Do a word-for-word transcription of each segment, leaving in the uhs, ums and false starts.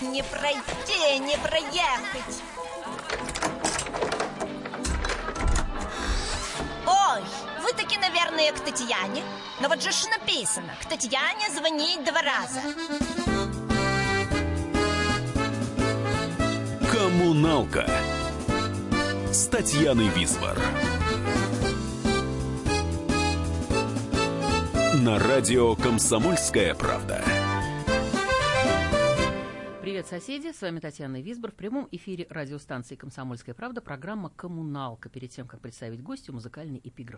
Не пройти, не проехать. Ой, вы таки, наверное, к Татьяне. Но вот же ж написано: к Татьяне звонить два раза. Коммуналка с Татьяной Висбор. На радио «Комсомольская правда». Привет, соседи! С вами Татьяна Висбор. В прямом эфире радиостанции «Комсомольская правда» программа «Коммуналка». Перед тем, как представить гостю, музыкальный эпиграф.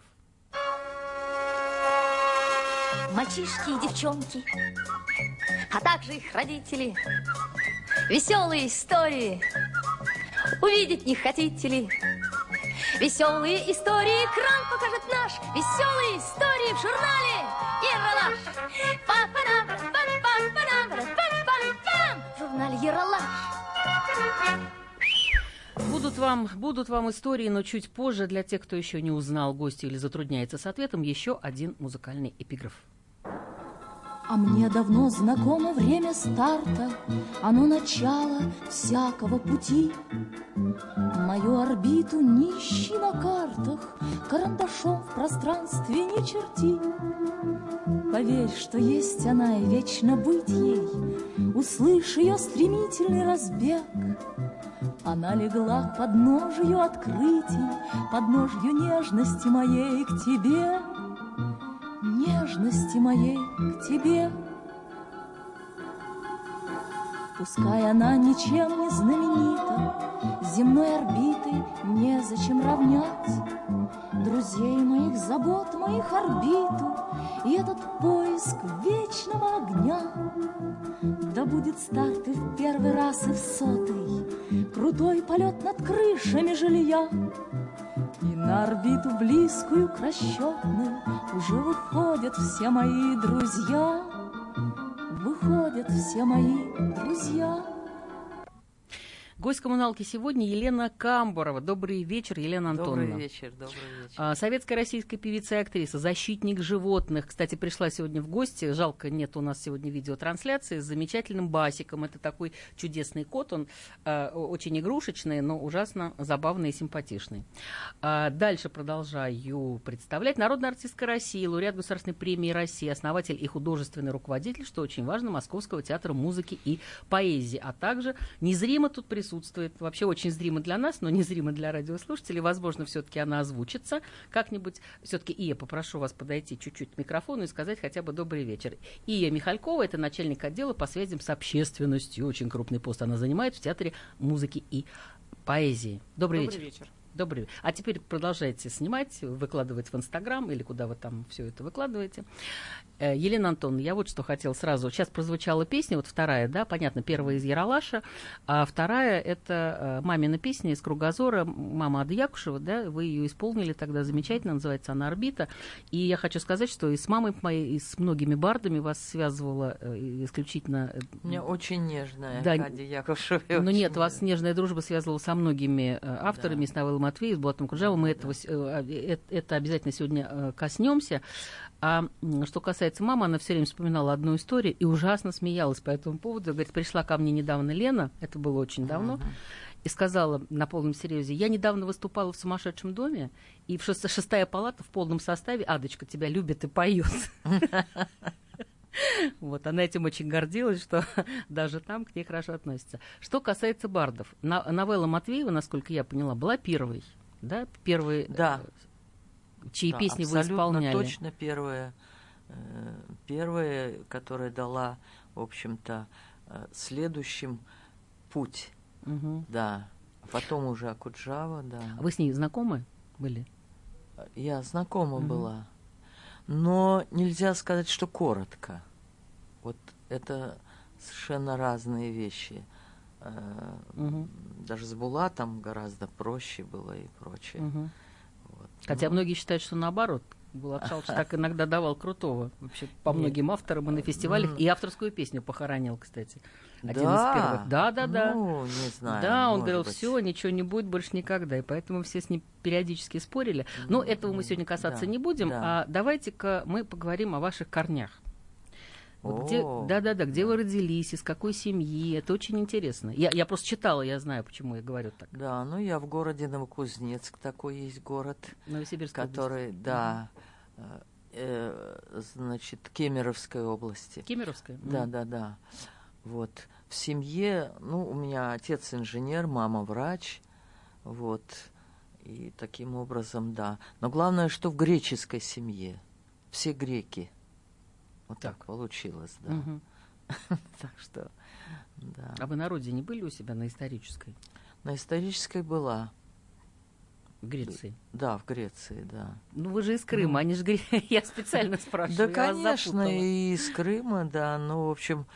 Мальчишки и девчонки, а также их родители. Веселые истории увидеть не хотите ли? Веселые истории экран покажет наш. Веселые истории в журнале «Ералаш». В журнале «Ералаш». Будут вам, будут вам истории, но чуть позже, для тех, кто еще не узнал гостя или затрудняется с ответом, еще один музыкальный эпиграф. А мне давно знакомо время старта, оно начало всякого пути. Мою орбиту не ищи на картах, карандашом в пространстве не черти. Поверь, что есть она и вечно быть ей, услышь ее стремительный разбег. Она легла к подножию открытий, подножью нежности моей к тебе. Нежности моей к тебе. Пускай она ничем не знаменита, земной орбитой незачем равнять друзей моих, забот моих, орбиту и этот поиск вечного огня. Да будет старт и в первый раз, и в сотый, крутой полет над крышами жилья. И на орбиту близкую к расчетной уже выходят все мои друзья. Выходят все мои друзья. Гость коммуналки сегодня Елена Камбурова. Добрый вечер, Елена Антоновна. Добрый вечер, добрый вечер. Советская российская певица и актриса, защитник животных. Кстати, пришла сегодня в гости. Жалко, нет у нас сегодня видеотрансляции с замечательным Басиком. Это такой чудесный кот. Он э, очень игрушечный, но ужасно забавный и симпатичный. А дальше продолжаю представлять. Народная артистка России, лауреат Государственной премии России, основатель и художественный руководитель, что очень важно, Московского театра музыки и поэзии. А также незримо тут присутствует. Присутствует вообще очень зримо для нас, но незримо для радиослушателей. Возможно, все-таки она озвучится как-нибудь. Все-таки и я попрошу вас подойти чуть-чуть к микрофону и сказать хотя бы добрый вечер. Ия Михалькова, это начальник отдела по связям с общественностью. Очень крупный пост она занимает в театре музыки и поэзии. Добрый, добрый вечер. вечер. Добрый. А теперь продолжайте снимать, выкладывать в Инстаграм или куда вы там все это выкладываете. Елена Антоновна, я вот что хотела сразу. Сейчас прозвучала песня, вот вторая, да, понятно, первая из Ералаша, а вторая — это мамина песня из «Кругозора», мама Ады Якушева, да, вы ее исполнили тогда замечательно, называется она «Орбита». И я хочу сказать, что и с мамой моей, и с многими бардами вас связывала исключительно... У меня очень нежная да, Ада Якушева. Ну нет, нежная. Вас нежная дружба связывала со многими авторами, да. С Навелом Матвеевым, с Булатом Куджавым, мы да. этого, это обязательно сегодня коснемся. А что касается мамы, она все время вспоминала одну историю и ужасно смеялась по этому поводу. Говорит, пришла ко мне недавно Лена, это было очень давно, uh-huh. и сказала на полном серьезе: я недавно выступала в «Сумасшедшем доме», и в шест... шестая палата в полном составе, Адочка тебя любит и поет. Вот, она этим очень гордилась, что даже там к ней хорошо относятся. Что касается бардов, Навелла Матвеева, насколько я поняла, была первой, да, первой... Да. Чьи да, песни вы исполняли? Точно первая, первая, которая дала, в общем-то, следующим путь, угу. да. А потом уже Акуджава, да. А вы с ней знакомы были? Я знакома угу. была, но нельзя сказать, что коротко. Вот это совершенно разные вещи. Угу. Даже с Булатом гораздо проще было и прочее. Угу. Вот. Хотя ну. многие считают, что наоборот. Булат Шалыч так иногда давал крутого вообще по Нет. многим авторам и на фестивалях. Mm. И авторскую песню похоронил, кстати. Один да? из первых. Да, да, да. Ну, не знаю. Да, он говорил, все, ничего не будет больше никогда. И поэтому все с ним периодически спорили. Но этого мы сегодня касаться да, не будем. Да. А давайте-ка мы поговорим о ваших корнях. Вот где, да-да-да, где вы родились, из какой семьи, это очень интересно. Я, я просто читала, я знаю, почему я говорю так. Да, ну я в городе Новокузнецк, такой есть город, который, область. да, э, э, значит, Кемеровской области. Кемеровская? Да-да-да. Вот. В семье, ну, у меня отец инженер, мама врач, вот, и таким образом, да. Но главное, что в греческой семье, все греки. Вот так, так получилось, да. Угу. Так что, да. А вы на родине были у себя, на исторической? На исторической была. В Греции? Да, в Греции, да. Ну, вы же из Крыма, ну, они же греки. Я специально спрашиваю. Да, конечно, и из Крыма, да. Ну, в общем,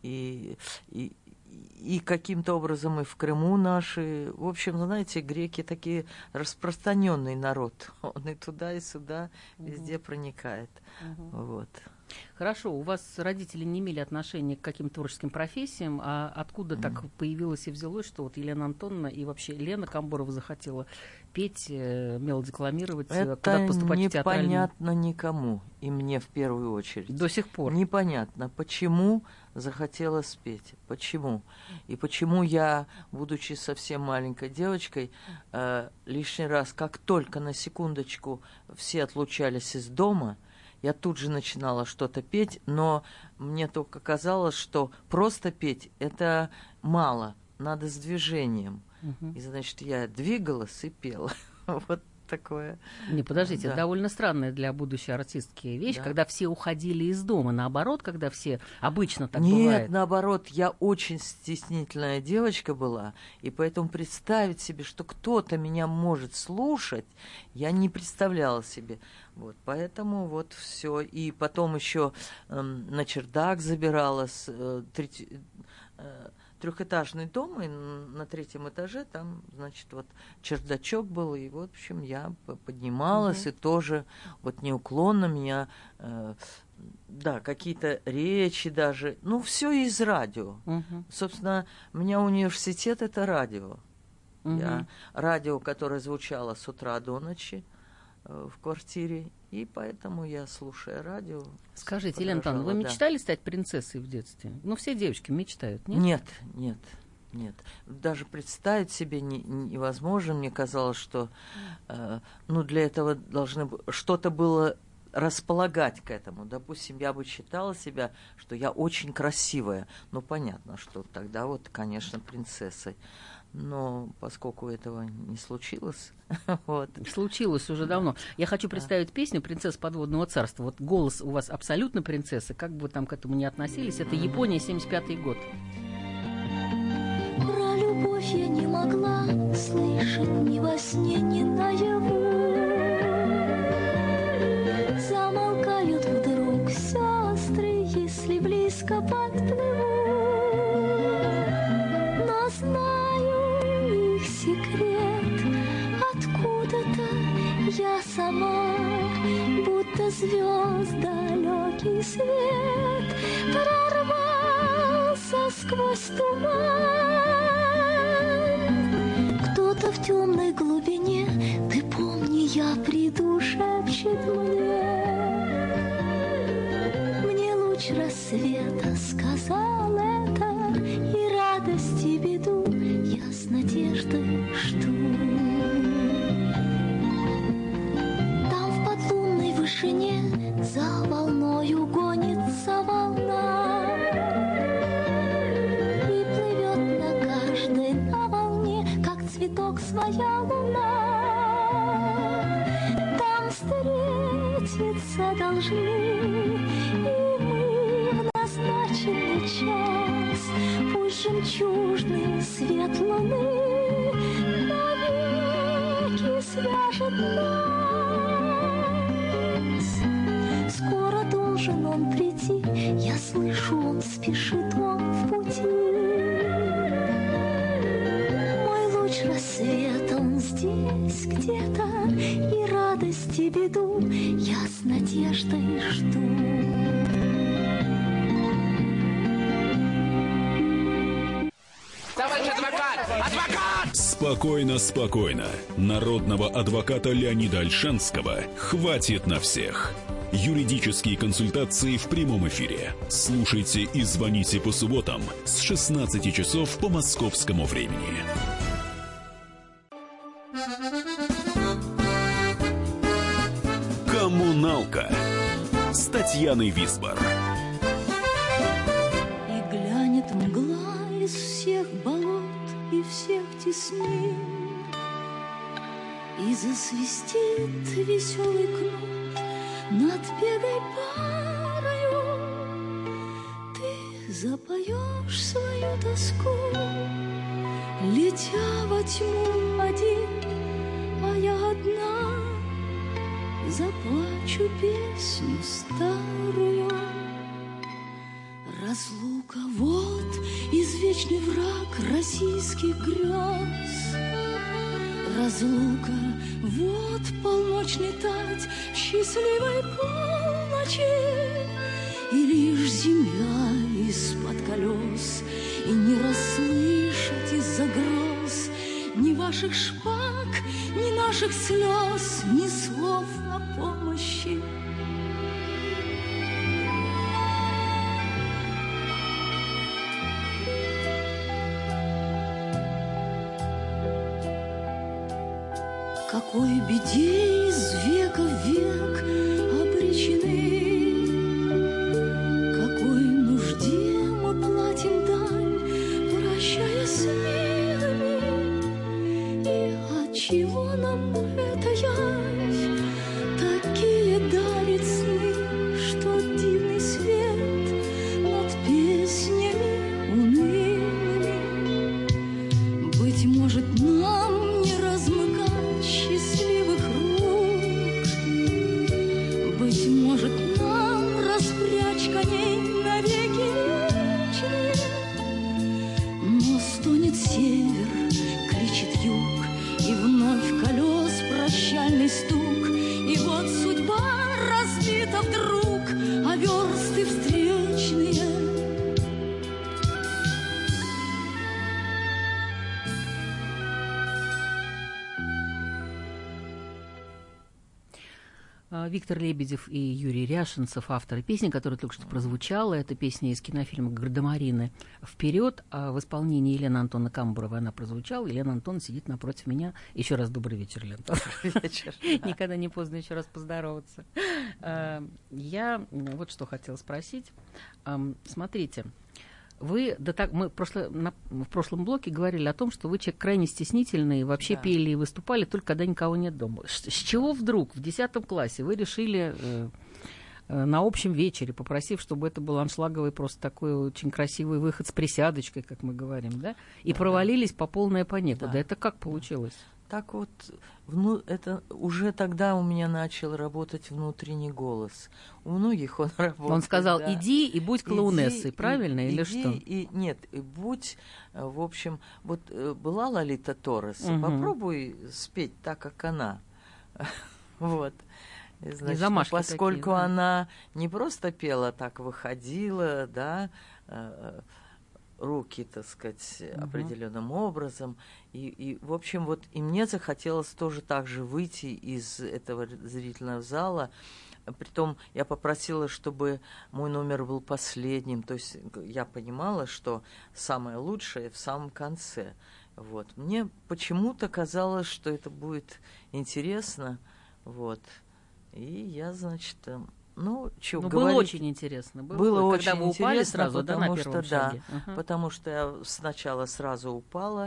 и, и, и каким-то образом и в Крыму наши. В общем, знаете, греки такие распространенный народ. Он и туда, и сюда везде угу. проникает. Угу. Вот. Хорошо, у вас родители не имели отношения к каким-то творческим профессиям, а откуда mm. так появилось и взялось, что вот Елена Антоновна и вообще Лена Камбурова захотела петь, мелодикламировать, когда поступать в театральный? Это непонятно никому, и мне в первую очередь. До сих пор? Непонятно, почему захотела спеть, почему. И почему я, будучи совсем маленькой девочкой, э, лишний раз, как только на секундочку все отлучались из дома, я тут же начинала что-то петь, но мне только казалось, что просто петь – это мало, надо с движением. Угу. И, значит, я двигалась и пела. Вот такое. Не, подождите, да. это довольно странная для будущей артистки вещь, да. когда все уходили из дома. Наоборот, когда все... Обычно так Нет, бывает. Нет, наоборот, я очень стеснительная девочка была, и поэтому представить себе, что кто-то меня может слушать, я не представляла себе. Вот, поэтому вот все. И потом еще э, на чердак забиралась, э, треть, э, трехэтажный дом, и на третьем этаже там, значит, вот чердачок был, и, вот, в общем, я поднималась, угу. и тоже вот неуклонно меня, э, да, какие-то речи даже, ну, все из радио. Угу. Собственно, у меня университет — это радио. Угу. Я, радио, которое звучало с утра до ночи в квартире, и поэтому я, слушая радио... Скажите, Елена Антоновна, вы мечтали да. стать принцессой в детстве? Ну, все девочки мечтают, нет? Нет, нет, нет. Даже представить себе не, невозможно. Мне казалось, что э, ну, для этого должны что-то было располагать к этому. Допустим, я бы считала себя, что я очень красивая. Ну, понятно, что тогда вот, конечно, принцессой. Но поскольку этого не случилось... вот. Случилось уже давно. Я хочу представить да. песню «Принцесса подводного царства». Вот голос у вас абсолютно принцессы, как бы вы там к этому ни относились. Это Япония, семьдесят пятый год. Про любовь я не могла слышать ни во сне, ни наяву. Замолкают вдруг сестры, если близко подплыву. Но знаю их секрет, откуда-то я сама, будто звезд далекий свет прорвался сквозь туман. Кто-то в темной глубине, ты помни, я приду, шепчет мне. Мне луч рассвета сказал это, и радость и беду я с надеждой жду. Там в подлунной вышине за волною гонится волна, и плывет на каждой на волне, как цветок, своя луна. Там встретиться должны, и мы в назначенный час. Пусть жемчужный свет луны навеки свяжет нас. Скоро должен он прийти, я слышу, он спешит, он в пути. Мой луч рассветом здесь где-то, и радость и беду я с надеждой жду. Спокойно, спокойно. Народного адвоката Леонида Ольшанского хватит на всех. Юридические консультации в прямом эфире. Слушайте и звоните по субботам с шестнадцати часов по московскому времени. «Коммуналка» с Татьяной Висбор. И глянет мгла из всех болот и всех теснин, и засвистит веселый кнут над пегой парою. Ты запоешь свою тоску, летя во тьму один, а я одна заплачу песню старую. Разлука — вот извечный враг российских грез. Разлука — вот полночный тать в счастливой полночи. И лишь земля из-под колес, и не расслышать из-за гроз ни ваших шпаг, ни наших слез, ни слов о помощи. Какой беде из века в век обречены, какой нужде мы платим дань, прощаясь с милыми. И отчего нам эта явь такие дарит сны, что дивный свет над песнями унылыми? Быть может, нам не размыкать счастливых рук, быть может, нам распрячь коней навеки вечные. Но стонет север, кричит юг, и вновь колес прощальный стук. И вот судьба разбита вдруг, а версты встречные. Виктор Лебедев и Юрий Ряшенцев, авторы песни, которая только что прозвучала. Это песня из кинофильма «Гардемарины. Вперед!». А в исполнении Елены Антоновны Камбуровой она прозвучала. Елена Антоновна сидит напротив меня. Еще раз добрый вечер, Елена Антоновна. Никогда не поздно еще раз поздороваться. Я вот что хотела спросить. Смотрите. Вы, да так, мы прошло, на, в прошлом блоке говорили о том, что вы человек крайне стеснительный, вообще да. пели и выступали только когда никого нет дома. С, с чего вдруг в десятом классе вы решили э, э, на общем вечере, попросив, чтобы это был аншлаговый просто такой очень красивый выход с присядочкой, как мы говорим, да, и да, провалились да. по полной по некуда. Да. Это как получилось? Так вот, вну, это уже тогда у меня начал работать внутренний голос. У многих он работает. Он сказал, да. иди и будь клоунессой, иди, правильно, и, или иди, что? И, нет, и будь, в общем, вот была Лолита Торрес, угу. попробуй спеть так, как она. Вот. И, значит, и поскольку такие, да. она не просто пела, так выходила, да, руки, так сказать, uh-huh. определенным образом. И, и, в общем, вот и мне захотелось тоже так же выйти из этого зрительного зала. Притом я попросила, чтобы мой номер был последним. То есть я понимала, что самое лучшее в самом конце. Вот. Мне почему-то казалось, что это будет интересно. Вот. И я, значит... Ну, что ну, говорить... было очень интересно. Было, было когда очень вы упали интересно, сразу, потому да, на что, первом шаге? Да, uh-huh. потому что я сначала сразу упала.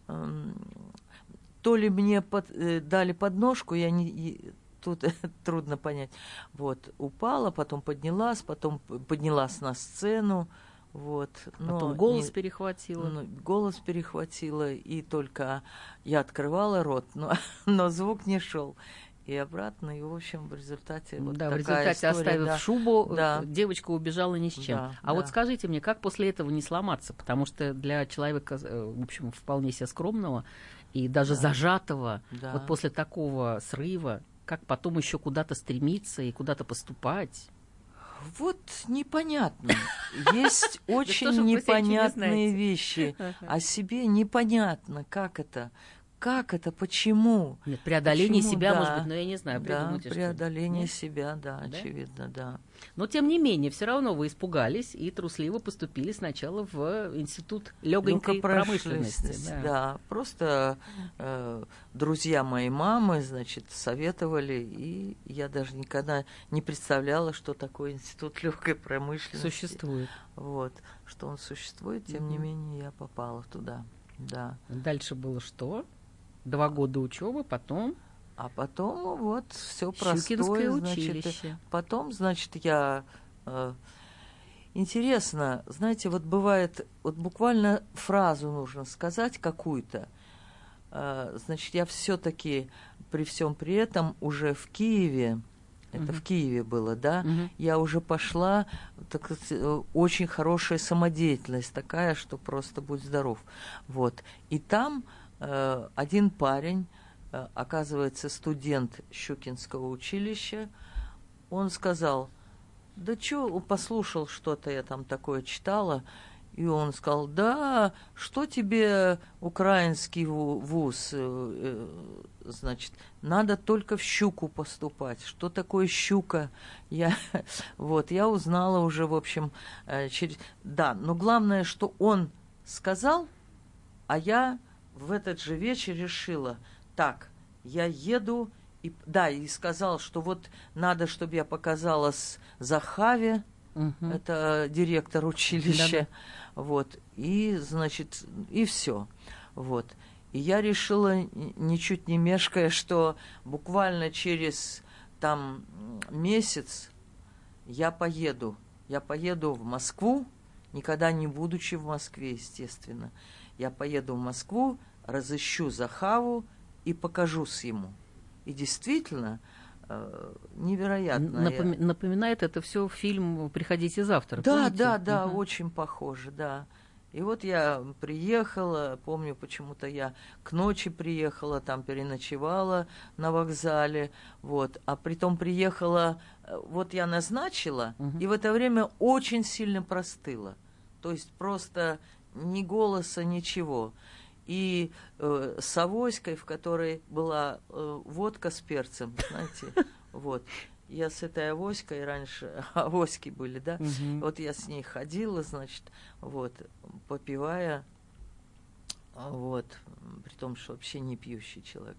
То ли мне под, дали подножку, я не... Тут трудно понять. Вот, упала, потом поднялась, потом поднялась на сцену. Вот, потом голос не, перехватила. Ну, голос перехватила, и только я открывала рот, но, но звук не шел. И обратно, и, в общем, в результате вот да, такая в результате, история, оставив да. шубу, да. девочка убежала ни с чем. Да, а да. вот скажите мне, как после этого не сломаться? Потому что для человека, в общем, вполне себе скромного и даже да. зажатого, да. вот после такого срыва, как потом еще куда-то стремиться и куда-то поступать? Вот непонятно. Есть очень непонятные вещи. О себе непонятно, как это... как это, почему? Нет, преодоление почему? себя, Да. может быть, но я не знаю, Да, придумайте преодоление что-нибудь. себя, да, Да? очевидно, да. Но, тем не менее, все равно вы испугались и трусливо поступили сначала в Институт легонькой промышленности. Да. Да. да, просто э, друзья моей мамы, значит, советовали, и я даже никогда не представляла, что такое Институт легкой промышленности. Существует. Вот, что он существует, тем Мгм. не менее я попала туда, да. Дальше было что? Два года учебы, потом А потом вот все Щукинское простое, значит, училище. потом, значит, я... э, интересно, знаете, вот бывает, вот буквально фразу нужно сказать какую-то. Э, значит, я все-таки при всем при этом уже в Киеве, это Мгм. в Киеве было, да, Мгм. я уже пошла, так сказать, э, очень хорошая самодеятельность такая, что просто будь здоров. Вот. И там э, один парень, э, оказывается, студент Щукинского училища, он сказал, да чё, послушал что-то, я там такое читала, и он сказал, да, что тебе украинский ву- вуз, э, э, значит, надо только в Щуку поступать. Что такое Щука? Я, вот, я узнала уже, в общем, э, через... Да, но главное, что он сказал, а я в этот же вечер решила, так, я еду, и, да, и сказал, что вот надо, чтобы я показалась Захаве, Мгм. это директор училища, Да-да. вот, и, значит, и все, вот. И я решила, н- ничуть не мешкая, что буквально через там месяц я поеду, я поеду в Москву, никогда не будучи в Москве, естественно. Я поеду в Москву, разыщу Захаву и покажусь ему. И действительно, э, невероятно. Напоми- Напоминает это все фильм «Приходите завтра». Да, помните? да, да, Мгм. очень похоже, да. И вот я приехала, помню, почему-то я к ночи приехала, там переночевала на вокзале, вот, а притом приехала, э, вот я назначила, Мгм. и в это время очень сильно простыла. То есть просто ни голоса, ничего. И э, с авоськой, в которой была э, водка с перцем, знаете, вот. Я с этой авоськой раньше, авоськи были, да, Мгм. вот я с ней ходила, значит, вот, попивая, вот, при том, что вообще не пьющий человек.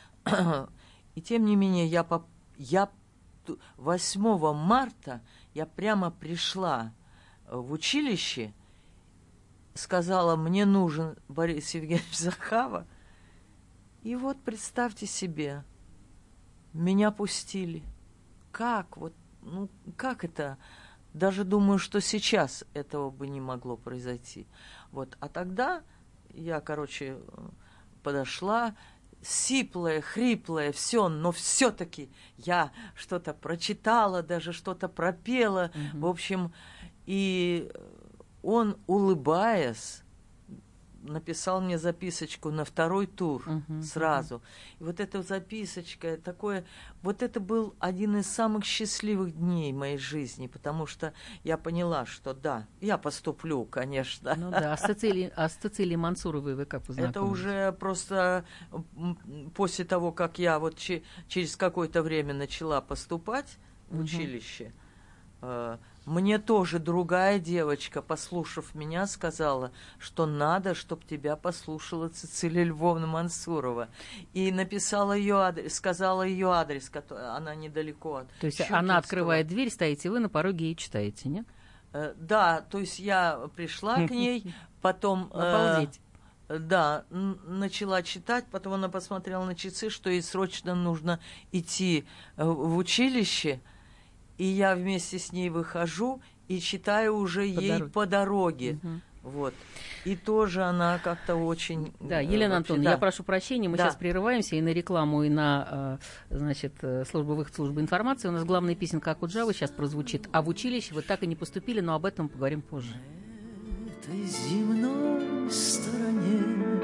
И тем не менее, я, поп... я ту- восьмого марта я прямо пришла в училище, сказала, мне нужен Борис Евгеньевич Захава, и вот представьте себе, меня пустили. Как вот, ну, как это? Даже думаю, что сейчас этого бы не могло произойти. Вот, а тогда я, короче, подошла, сиплая, хриплая, все, но все-таки я что-то прочитала, даже что-то пропела, Мгм. в общем, и он, улыбаясь, написал мне записочку на второй тур Мгм, сразу. И вот эта записочка, такое, вот это был один из самых счастливых дней моей жизни, потому что я поняла, что да, я поступлю, конечно. Ну да, а с Цицилией, а с Цицилией Мансуровой вы как познакомились? Это уже просто м, после того, как я вот че- через какое-то время начала поступать в Мгм. училище, э, мне тоже другая девочка, послушав меня, сказала, что надо, чтобы тебя послушала Цицилия Львовна Мансурова. И написала ее адрес, сказала ее адрес, который, она недалеко от То есть Щукинского. она открывает дверь, стоите вы на пороге и читаете, нет? Э, Да, то есть я пришла к ней, потом... э, Обалдеть. Да, н- начала читать, потом она посмотрела на часы, что ей срочно нужно идти э, в училище, и я вместе с ней выхожу и читаю уже По ей дороге. по дороге. Мгм. Вот. И тоже она как-то очень... Да, э, Елена вообще, Антоновна, да. я прошу прощения, мы Да. сейчас прерываемся и на рекламу, и на, э, значит, э, службу выход службы информации. У нас главная песенка Акуджавы сейчас прозвучит. А в училище вы так и не поступили, но об этом поговорим позже. Этой земной стороне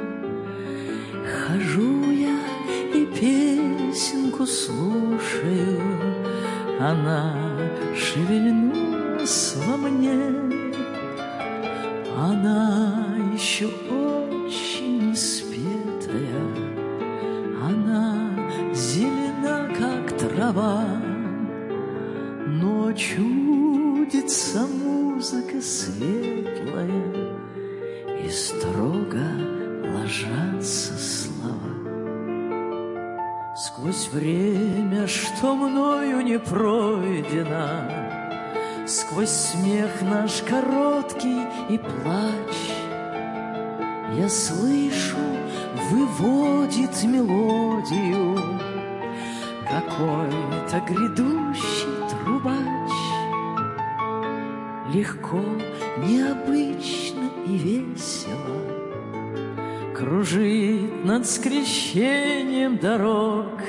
хожу я и песенку слушаю, она шевельнулась во мне, она еще очень не спетая, травам, но чудится музыка светлая, и строго ложатся слова. Сквозь время, что мною не пройдено, сквозь смех наш короткий и плач, я слышу, выводит мелодию какой-то грядущий трубач. Легко, необычно и весело кружит над скрещением дорог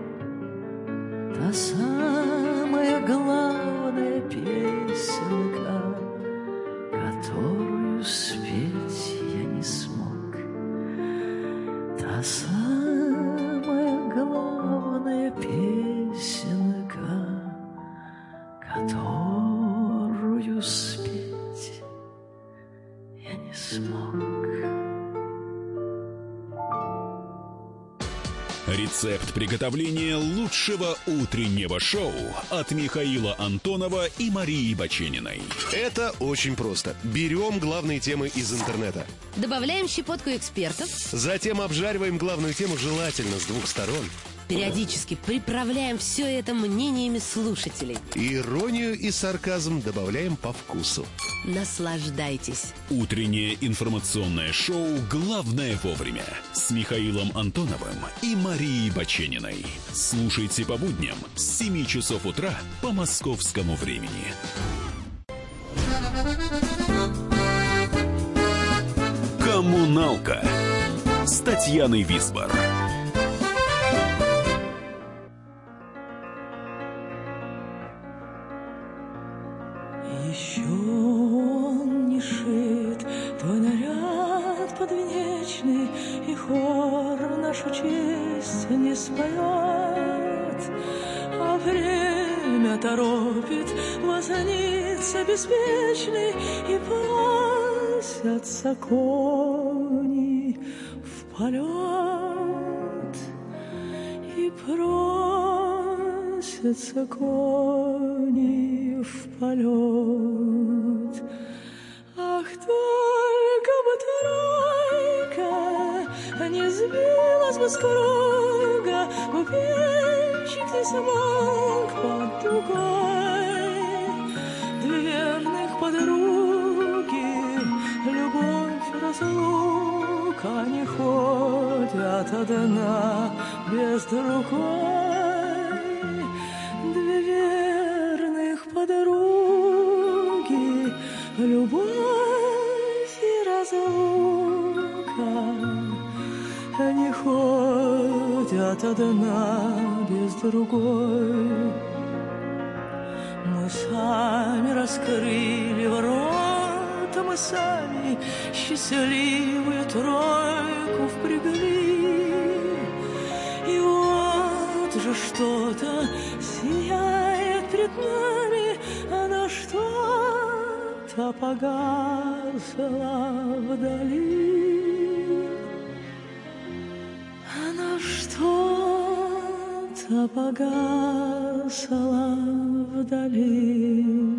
та самая главная песенка, которую спеть я не смог. Та самая главная песенка, которую спеть я не смог. Рецепт приготовления лучшего утреннего шоу от Михаила Антонова и Марии Бачениной. Это очень просто. Берем главные темы из интернета. Добавляем щепотку экспертов. Затем обжариваем главную тему желательно с двух сторон. Периодически приправляем все это мнениями слушателей. Иронию и сарказм добавляем по вкусу. Наслаждайтесь. Утреннее информационное шоу «Главное вовремя» с Михаилом Антоновым и Марией Бачениной. Слушайте по будням с семи часов утра по московскому времени. «Коммуналка» с Татьяной Висбор. Еще он не шит твой наряд подвенечный, и хор нашу честь не споет, а время торопит возница беспечный, и просятся кони в полет, и просятся кони в полет. Ах, только бы тройка не сбилась бы с круга, купечик не смог под дугой. Две верных подруги, любовь, разлука, не ходят одна без другой. Две верных подруги, любовь и разлука, не ходят одна без другой. Мы сами раскрыли ворота, мы сами счастливую тройку впрягли. И вот же что-то сияет пред нами, она что-то погасла вдали. Она что-то погасла вдали.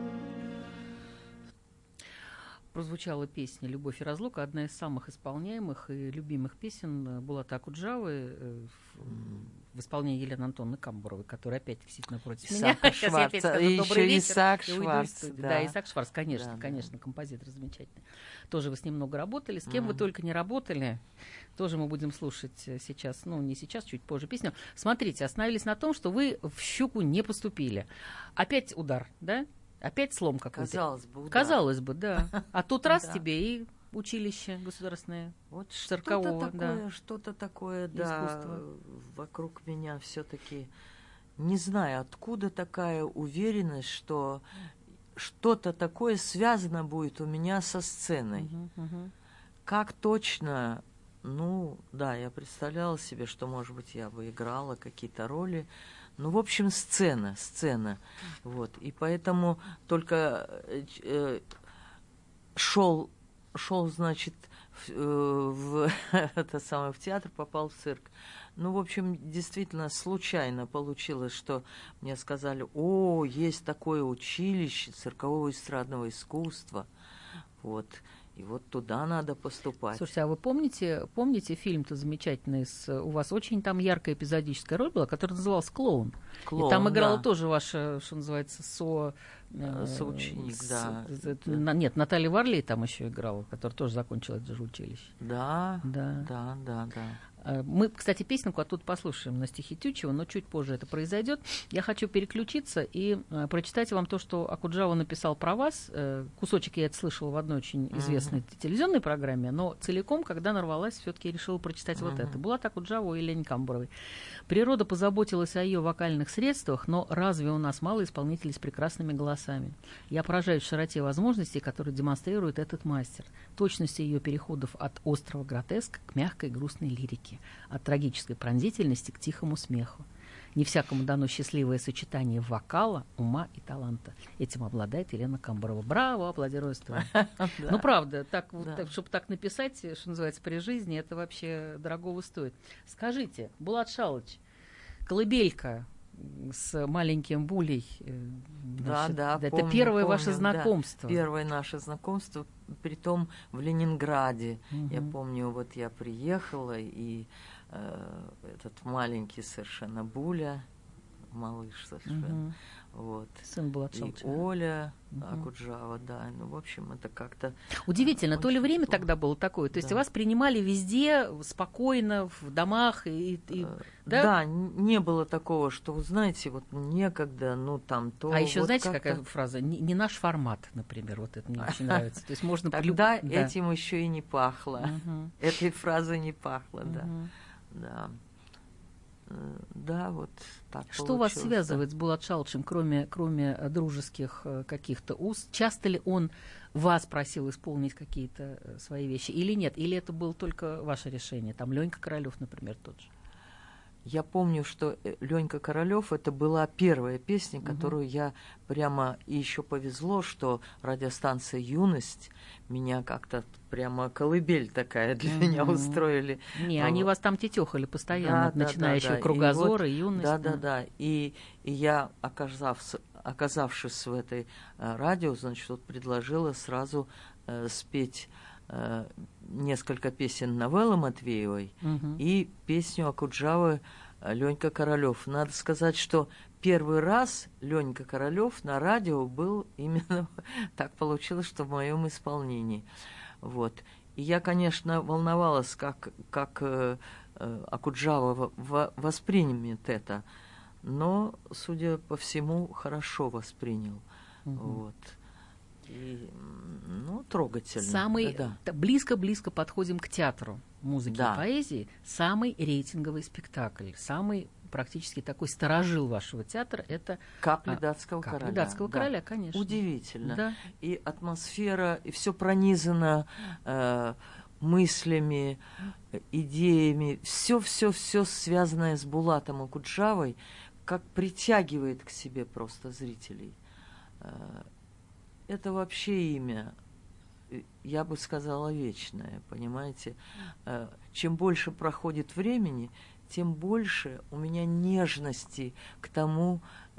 Прозвучала песня «Любовь и разлука», одна из самых исполняемых и любимых песен Булата Акуджавы в исполнении Елены Антоновны Камбуровой, которая опять сидит напротив меня. Сейчас я опять скажу «Добрый вечер». Исаак Шварц. Да. да, Исаак Шварц, конечно, да, конечно, да. Композитор замечательный. Тоже вы с ним много работали. С кем mm. вы только не работали, тоже мы будем слушать сейчас, ну, не сейчас, чуть позже песню. Смотрите, остановились на том, что вы в «Щуку» не поступили. Опять удар, да? Опять слом какой-то. Казалось бы, удар. Казалось бы, да. А тут раз тебе и училище государственное. Вот циркового, что-то такое, да. что-то такое, да, искусство. Вокруг меня все-таки не знаю, откуда такая уверенность, что что-то такое связано будет у меня со сценой. Uh-huh, uh-huh. Как точно, ну, да, я представляла себе, что, может быть, я бы играла какие-то роли. Ну, в общем, сцена, сцена. Вот. И поэтому только э, шел, шел, значит, в, в, это самое, в театр, попал в цирк. Ну, в общем, действительно случайно получилось, что мне сказали: о, есть такое училище циркового эстрадного искусства. Вот. И вот туда надо поступать. Слушайте, а вы помните, помните фильм-то замечательный, с, у вас очень там яркая эпизодическая роль была, которая называлась «Клоун». Клоун, и там играла да. тоже ваша, что называется, со... Э, соученик, с, да. С, на, нет, Наталья Варлей там еще играла, которая тоже закончила это же училище. Да, да, да, да, да. Мы, кстати, песенку оттуда послушаем на стихи Тютчева, но чуть позже это произойдет. Я хочу переключиться и э, прочитать вам то, что Окуджава написал про вас. Э, кусочек я это слышала в одной очень известной mm-hmm. телевизионной программе, но целиком, когда нарвалась, все-таки решила прочитать mm-hmm. вот это. Булат Окуджава и Лени Камбуровой. Природа позаботилась о ее вокальных средствах, но разве у нас мало исполнителей с прекрасными голосами? Я поражаюсь широте возможностей, которые демонстрирует этот мастер, точности ее переходов от острого гротеска к мягкой грустной лирике, от трагической пронзительности к тихому смеху. Не всякому дано счастливое сочетание вокала, ума и таланта. Этим обладает Елена Камбурова. Браво, аплодирую стоя. Ну, правда, чтобы так написать, что называется, при жизни, это вообще дорогого стоит. Скажите, Булат Шалыч, колыбелька с маленьким Булей. Да, значит, да, это помню, первое помню, ваше знакомство. Да, первое наше знакомство, притом в Ленинграде. Угу. Я помню, вот я приехала, и э, этот маленький совершенно Буля, малыш совершенно, угу. вот. Сын Булат и Шалыча. Оля угу. Окуджава, да. Ну, в общем, это как-то... Удивительно, то ли время здорово. тогда было такое, то есть Да. вас принимали везде, спокойно, в домах, и... и да? да? да, не было такого, что, вы знаете, вот некогда, ну, там, то... А еще вот знаете, как-то... какая фраза? Не, не наш формат, например, вот это мне очень нравится. То есть можно... Тогда да. этим еще и не пахло. Угу. Этой фразой не пахло, угу. да. Да. Да, вот так Что вас получилось, связывает да. с Булат Шалычем, кроме, кроме дружеских каких-то уз? Часто ли он вас просил исполнить какие-то свои вещи или нет? Или это было только ваше решение? Там Ленька Королёв, например, тот же. Я помню, что Ленька Королёв это была первая песня, которую угу. я прямо... И еще повезло, что радиостанция «Юность» меня как-то прямо колыбель такая для угу. меня устроили. Не, а, они вас там тетехали постоянно, да, начиная да, еще да, «Кругозор» и, вот, и «Юность». Да, да, да. И, и я, оказавшись, оказавшись в этой э, радио, значит, вот предложила сразу э, спеть... несколько песен Новеллы Матвеевой угу. и песню Окуджавы Ленька Королёв. Надо сказать, что первый раз Ленька Королёв на радио был именно так получилось, что в моем исполнении. Вот. И я, конечно, волновалась, как, как э, Окуджава в, в, воспримет это, но, судя по всему, хорошо воспринял. Угу. Вот. И, ну, трогательно. Самый да. близко-близко подходим к театру музыки да. и поэзии. Самый рейтинговый спектакль, самый практически такой старожил вашего театра — это «Капли датского «Капли короля». датского да. короля», конечно. Удивительно. Да. И атмосфера, и все пронизано э, мыслями, идеями, все-все-все связанное с Булатом Окуджавой, как притягивает к себе просто зрителей. Это вообще имя, я бы сказала, вечное, понимаете? Чем больше проходит времени, тем больше у меня нежности к тому,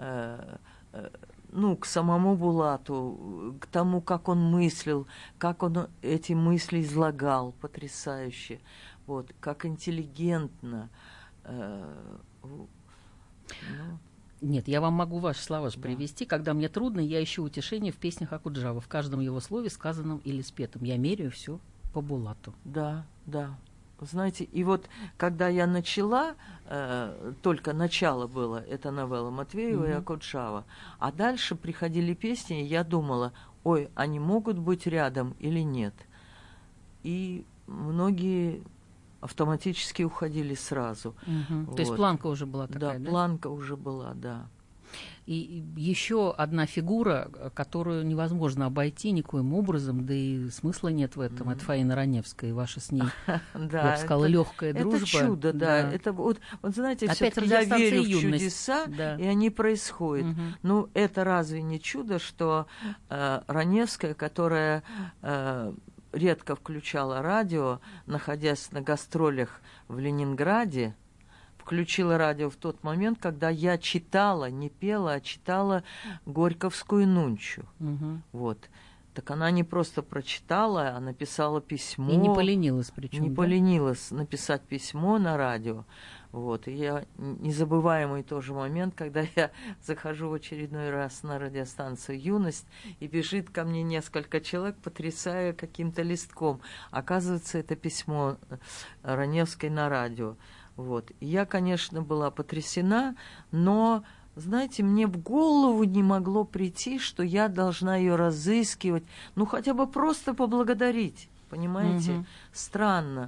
ну, к самому Булату, к тому, как он мыслил, как он эти мысли излагал, потрясающе, вот, как интеллигентно. Ну, Нет, я вам могу ваши слова же да. привести. Когда мне трудно, я ищу утешение в песнях Окуджавы, в каждом его слове, сказанном или спетом. Я меряю все по Булату. Да, да. Знаете, и вот когда я начала, э, только начало было, это новелла Матвеева mm-hmm. и Окуджава, а дальше приходили песни, и я думала, ой, они могут быть рядом или нет. И многие автоматически уходили сразу. Угу. Вот. То есть планка уже была такая, да? Да, планка уже была, да. И еще одна фигура, которую невозможно обойти никоим образом, да и смысла нет в этом. Mm-hmm. Это Фаина Раневская, и ваша с ней, да, я бы сказала, легкая дружба. Это чудо, да. Это вот, вот знаете, все-таки я верю в чудеса, да. и они происходят. Mm-hmm. Ну, это разве не чудо, что э, Раневская, которая э, редко включала радио, находясь на гастролях в Ленинграде. Включила радио в тот момент, когда я читала, не пела, а читала Горьковскую Нунчу. Угу. Вот. Так она не просто прочитала, а написала письмо. И не поленилась причем. Не да? поленилась написать письмо на радио. Вот. И я незабываемый тоже момент, когда я захожу в очередной раз на радиостанцию «Юность», и бежит ко мне несколько человек, потрясая каким-то листком. Оказывается, это письмо Раневской на радио. Вот. И я, конечно, была потрясена, но, знаете, мне в голову не могло прийти, что я должна ее разыскивать, ну, хотя бы просто поблагодарить, понимаете? Mm-hmm. Странно.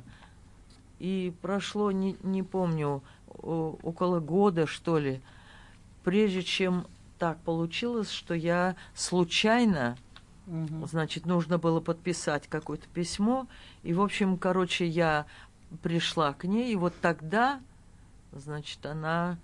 И прошло, не, не помню, около года, что ли, прежде чем так получилось, что я случайно, mm-hmm. значит, нужно было подписать какое-то письмо, и, в общем, короче, я пришла к ней, и вот тогда, значит, она...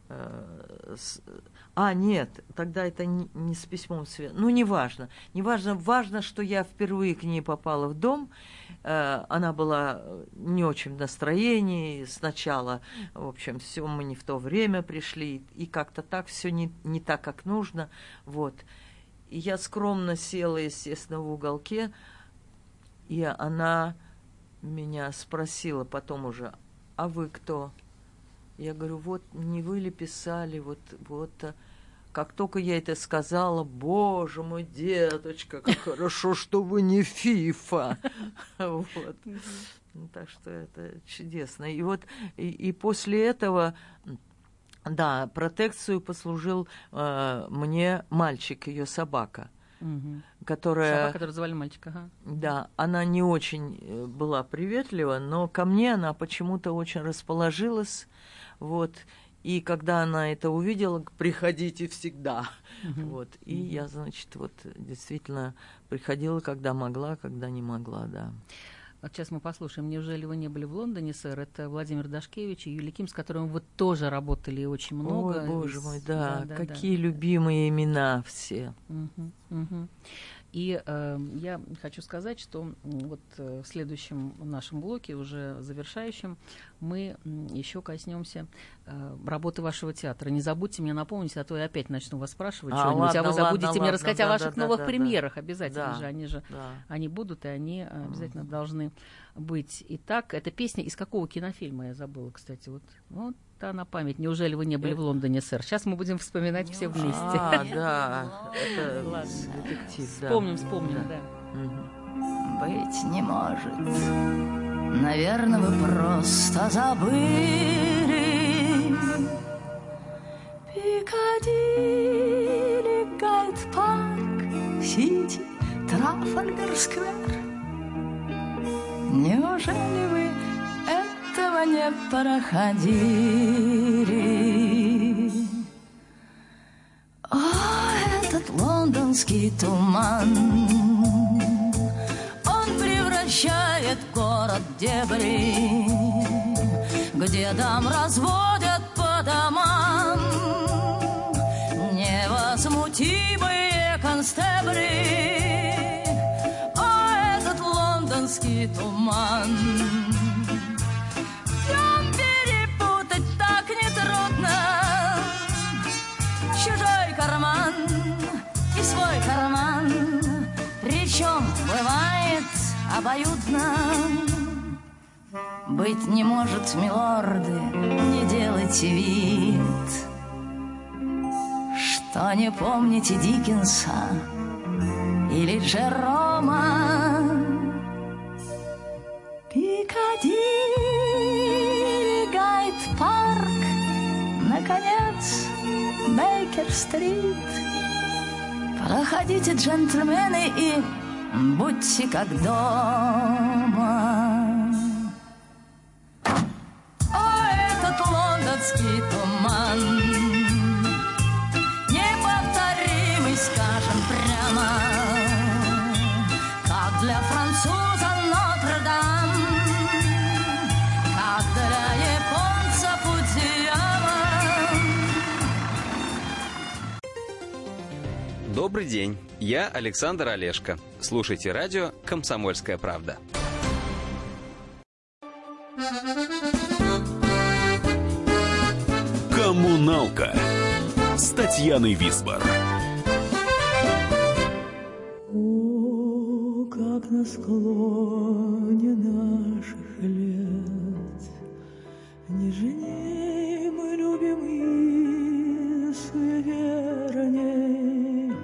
Э, с, а, нет, тогда это не, не с письмом связано. Ну, неважно. Неважно, важно, что я впервые к ней попала в дом. Э, она была не очень в настроении. Сначала, в общем, все мы не в то время пришли, и как-то так все не, не так, как нужно. Вот. И я скромно села, естественно, в уголке, и она... меня спросила потом уже, а вы кто? Я говорю, вот не вы ли писали, вот, вот. Как только я это сказала, боже мой, деточка, как хорошо, что вы не Фифа. Вот. Так что это чудесно. И вот и, и после этого, да, протекцию послужил э, мне мальчик, ее собака. Угу. Которая, собака, которую звали мальчика. Ага. Да, она не очень была приветлива, но ко мне она почему-то очень расположилась. Вот. И когда она это увидела, приходите всегда. Uh-huh. Вот. И uh-huh. я, значит, вот действительно приходила, когда могла, когда не могла, да. Вот сейчас мы послушаем «Неужели вы не были в Лондоне, сэр?» Это Владимир Дашкевич и Юлия Ким, с которым вы тоже работали очень много. Ой, боже мой, да, да, да какие да. любимые имена все. Uh-huh, uh-huh. И э, я хочу сказать, что вот в следующем нашем блоке, уже завершающем, мы еще коснемся э, работы вашего театра. Не забудьте мне напомнить, а то я опять начну вас спрашивать а, что-нибудь, ладно, а вы забудете ладно, мне ладно, рассказать да, о ваших да, новых да, премьерах. Да, обязательно да, же, они же да. они будут, и они обязательно mm-hmm. должны быть. Итак, эта песня из какого кинофильма, я забыла, кстати, вот, вот на память. «Неужели вы не были в Лондоне, сэр?» Сейчас мы будем вспоминать все вместе. А, да, это детектив, да. Вспомним, вспомним, да. Быть не может. Наверное, вы просто забыли Пикадилли, Гайд-парк, Сити, Трафальгар-сквер. Неужели вы этого не проходили? О, этот лондонский туман, он превращает город в дебри, где дам разводят по домам невозмутимые констебли. О, этот лондонский туман, в нем перепутать так нетрудно чужой карман и свой карман, причем бывает обоюдно. Быть не может, милорды, не делайте вид, что не помните Диккенса или Джерома. Пикадилли, Гайд-парк, наконец, Бейкер-стрит. Проходите, джентльмены, и будьте как дома. О, этот лондонский туман, неповторимый, скажем прямо, как для француза Нотр-Дам, как для японца Фудзияма. Добрый день, я Александр Олешко. Слушайте радио «Комсомольская правда». «Коммуналка» с Татьяной Висбор. О, как на склоне наших лет нежней мы любим и суеверней.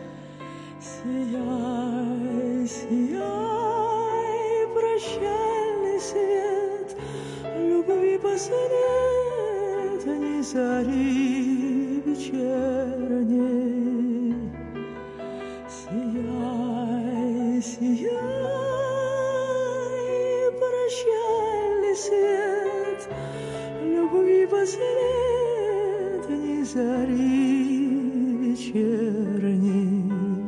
Сияй, сияй, прощальный свет, любви посвет, ни зари вечерней. Сияй, сияй, прощальный свет, любви посвет, ни зари вечерней.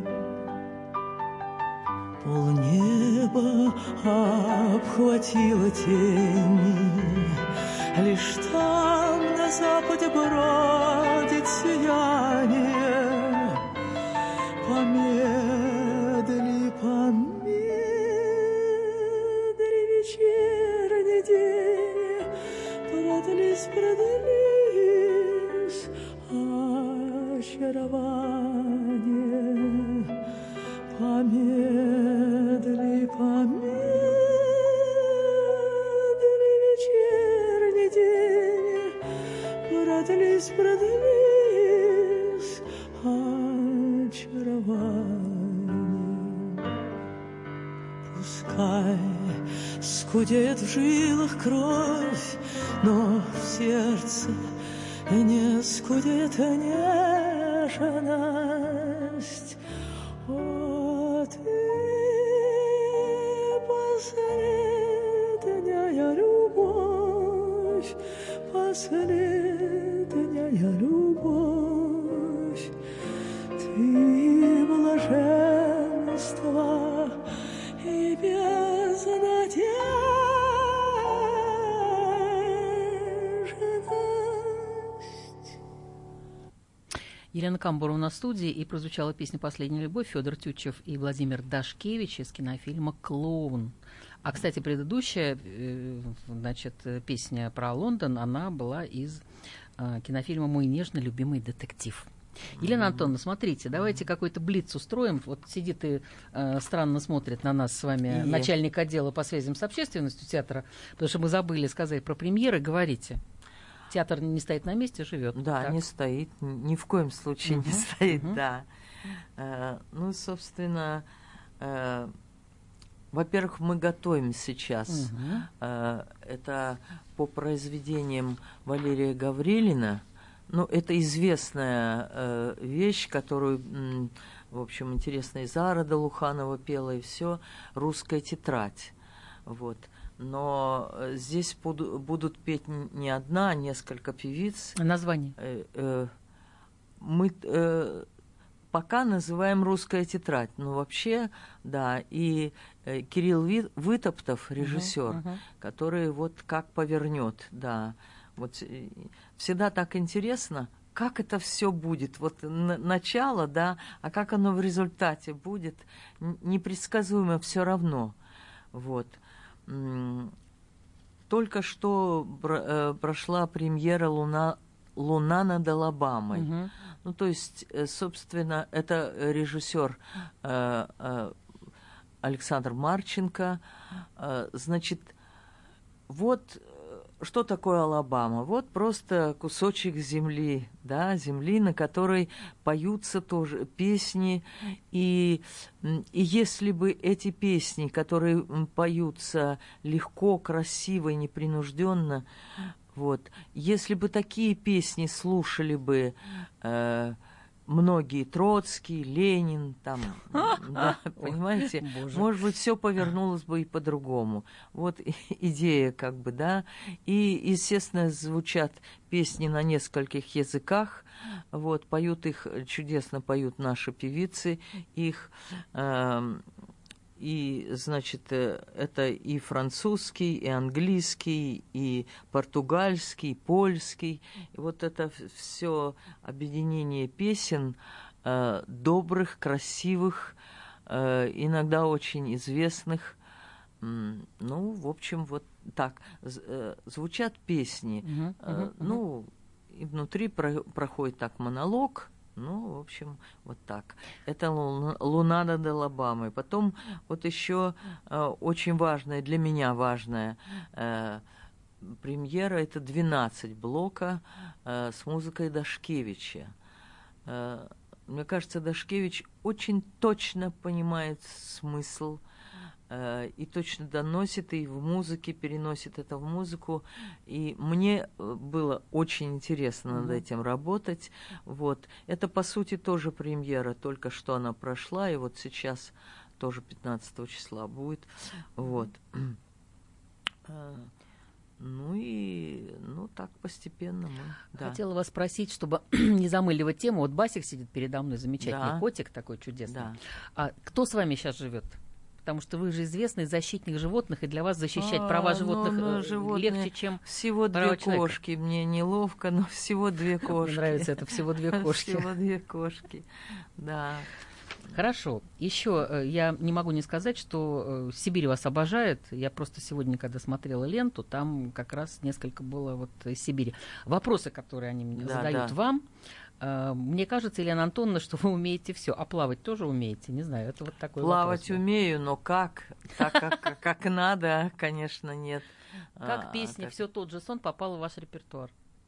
Полнеба обхватила тень, лишь там на западе бродит сияние. Помедли, помедли, вечерний день, продлись, продлись очарование. Помедли, помедли, вечерний день, продлись, продлись очарование. Пускай скудеет в жилах кровь, но в сердце не скудеет нежность. О, ты последняя любовь, последняя любовь, ты блаженство и безнадежность. Елена Камбурова на студии, и прозвучала песня «Последняя любовь» Федор Тютчев и Владимир Дашкевич из кинофильма «Клоун». А, кстати, предыдущая, значит, песня про Лондон, она была из кинофильма «Мой нежно любимый детектив». Елена Антоновна, смотрите, давайте какой-то блиц устроим. Вот сидит и э, странно смотрит на нас с вами и начальник отдела по связям с общественностью театра, потому что мы забыли сказать про премьеры. Говорите. Театр не стоит на месте, живет. Да, так? не стоит, ни в коем случае uh-huh, не стоит, uh-huh. да. Э, ну, собственно, э, во-первых, мы готовим сейчас. Uh-huh. Э, это по произведениям Валерия Гаврилина. Ну, это известная э, вещь, которую, м, в общем, интересно, и Зара Долуханова пела, и все. «Русская тетрадь». Вот. Но здесь буду, будут петь не одна, а несколько певиц. Название? Э, э, мы э, пока называем «Русская тетрадь». Но вообще, да, и э, Кирилл Ви, Вытоптов, режиссер, uh-huh, uh-huh. который вот как повернет, да. Вот э, всегда так интересно, как это все будет. Вот на, начало, да, а как оно в результате будет, непредсказуемо все равно. Вот. Только что прошла премьера «Луна, «Луна над Алабамой». Угу. Ну, то есть, собственно, это режиссер э, э, Александр Марченко. Э, значит, вот что такое Алабама? Вот просто кусочек земли, да, земли, на которой поются тоже песни. И, и если бы эти песни, которые поются легко, красиво и непринужденно, вот, если бы такие песни слушали бы э, многие, Троцкий, Ленин, там, да, понимаете, Боже. Может быть, все повернулось бы и по-другому. Вот идея, как бы, да. И, естественно, звучат песни на нескольких языках. Вот, поют их, чудесно поют наши певицы, их. Э, И, значит, это и французский, и английский, и португальский, и польский. И вот это все объединение песен, э, добрых, красивых, э, иногда очень известных. М, Ну, в общем, вот так. З- э, Звучат песни. Мгм, Э, мгм, мгм. Ну, и внутри про- проходит так монолог. Ну, в общем, вот так. Это «Луна- «Луна над Алабамой». Потом вот еще э, очень важная, для меня важная э, премьера — это двенадцать блока э, с музыкой Дашкевича. Э, Мне кажется, Дашкевич очень точно понимает смысл э, и точно доносит, и в музыке переносит это в музыку. И мне э, было очень интересно над Мгм. этим работать. Вот. Это, по сути, тоже премьера, только что она прошла, и вот сейчас тоже пятнадцатого числа будет. Вот. Э, Ну и, ну, так постепенно мы, да. Хотела вас спросить, чтобы не замыливать тему. Вот Басик сидит передо мной, замечательный Да. котик такой чудесный. Да. А кто с вами сейчас живет? Потому что вы же известный защитник животных, и для вас защищать права А, животных ну, ну, э, животные легче, чем всего права две человека. кошки. Мне неловко, но всего две кошки. Мне нравится это всего две кошки. Всего две кошки, да. Хорошо. Еще э, я не могу не сказать, что э, Сибирь вас обожает. Я просто сегодня, когда смотрела ленту, там как раз несколько было вот из Сибири. Вопросы, которые они мне Да, задают да. вам. Э, Мне кажется, Елена Антоновна, что вы умеете все. А плавать тоже умеете? Не знаю, это вот такой Плавать вопрос был. умею, но как? Так, как, как, как надо, конечно, нет. Как А, песня так- «Все тот же сон» попала в ваш репертуар?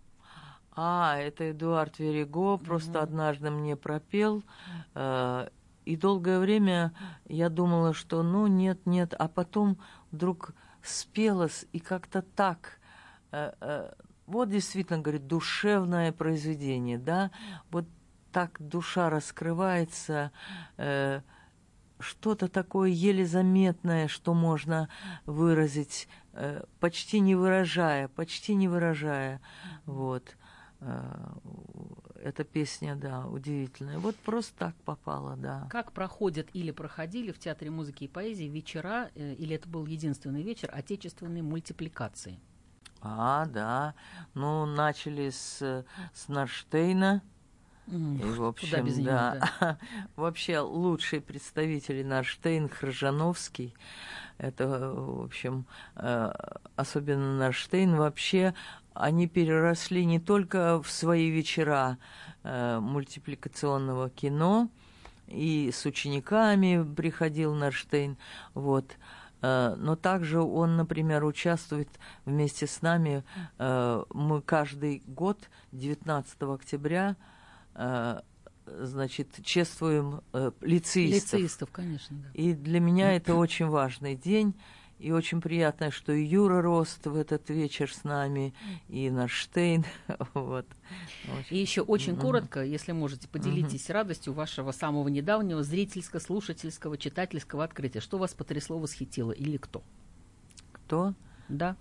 А, это Эдуард Вериго просто Мгм. однажды мне пропел. э, И долгое время я думала, что ну нет, нет, а потом вдруг спелось, и как-то так. э, э, Вот действительно, говорит, душевное произведение, да? Вот так душа раскрывается, э, что-то такое еле заметное, что можно выразить, э, почти не выражая, почти не выражая. Вот. Э, Эта песня, да, удивительная. Вот просто так попала, да. Как проходят или проходили в Театре музыки и поэзии вечера, э, или это был единственный вечер, отечественной мультипликации? А, да. Ну, начали с, с Нарштейна. М, И, в Куда общем, без него, да. да. Вообще лучшие представители Нарштейн, Хржановский. Это, в общем, э, особенно Нарштейн вообще, они переросли не только в свои вечера э, мультипликационного кино, и с учениками приходил Нарштейн, вот. Э, Но также он, например, участвует вместе с нами. э, Мы каждый год, девятнадцатого октября, э, значит, чествуем э, лицеистов. Лицеистов, конечно, да. И для меня это очень важный день. И очень приятно, что и Юра Рост в этот вечер с нами, и Нарштейн. Вот. И еще очень Мгм. коротко, если можете, поделитесь радостью вашего самого недавнего зрительско-слушательского, читательского открытия. Что вас потрясло, восхитило или кто? Кто? Да.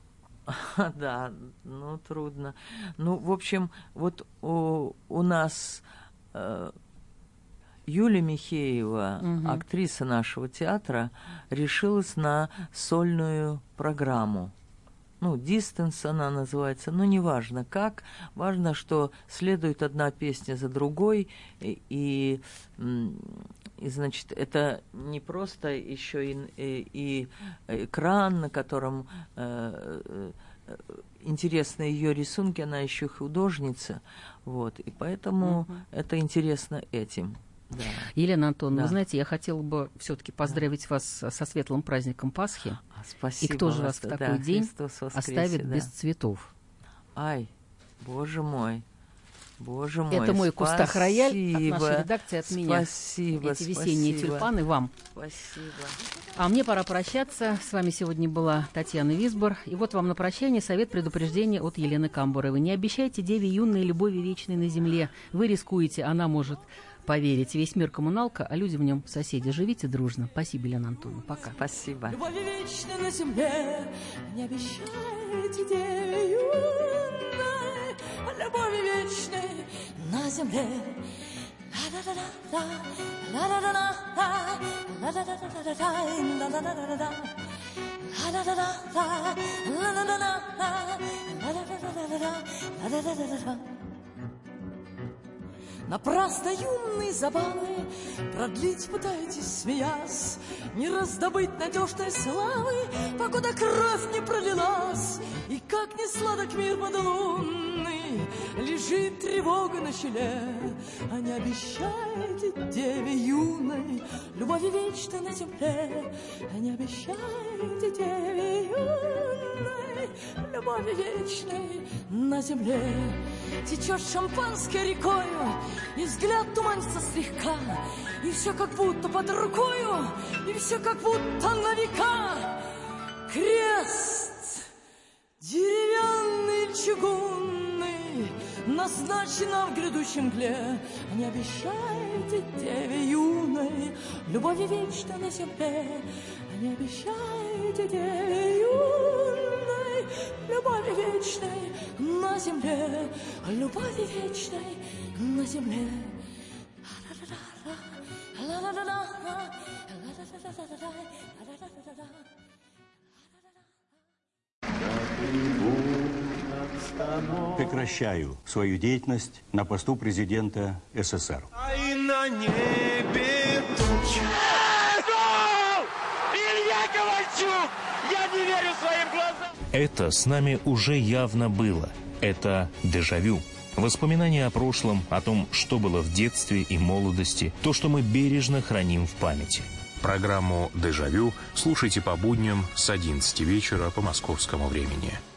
Да, ну трудно. Ну, в общем, вот у, у нас э, Юлия Михеева, Мгм. актриса нашего театра, решилась на сольную программу. Ну, «Дистанс» она называется, но неважно как. Важно, что следует одна песня за другой, и, и, м, и, значит, это не просто еще и, и, и экран, на котором э, э, интересны ее рисунки, она еще художница, вот, и поэтому Мгм. это интересно этим. Да. Елена Антоновна, Да. вы знаете, я хотела бы все-таки поздравить вас со светлым праздником Пасхи. А, Спасибо. И кто же вас в да, такой день Христос воскресе, оставит да. без цветов? Ай, боже мой. Боже мой, Это мой кустах рояль от спасибо. нашей редакции, от меня. Спасибо, Эти весенние спасибо. тюльпаны вам. Спасибо. А мне пора прощаться. С вами сегодня была Татьяна Висбор. И вот вам на прощание совет предупреждения от Елены Камбуровой. Не обещайте деве юной любови вечной на земле. Вы рискуете, она может поверить. Весь мир коммуналка, а люди в нем соседи. Живите дружно. Спасибо, Елена Антоновна. Пока. Спасибо. Любови вечной на земле не обещайте деве юной, любови вечной на земле. Напрасно юные забавы продлить пытаетесь, смеясь, не раздобыть надежной славы, покуда кровь не пролилась. И как ни сладок мир подлунный, лежит тревога на челе, а не обещаете деве юной любови вечной на земле, а не обещаете деве юной любови вечной на земле. Течет шампанское рекою, и взгляд туманится слегка, и все как будто под рукою, и все как будто на века. Крест деревянный или чугунный назначен нам в грядущей мгле. А не обещаете деве юной любови вечной на земле, а не обещаете деве юной любови вечной на земле, любови вечной на земле. Прекращаю свою деятельность на посту президента СССР. А и на небе тучи. Илья Ковальчук! Я не верю своим глазам! Это с нами уже явно было. Это дежавю. Воспоминания о прошлом, о том, что было в детстве и молодости, то, что мы бережно храним в памяти. Программу «Дежавю» слушайте по будням с одиннадцати вечера по московскому времени.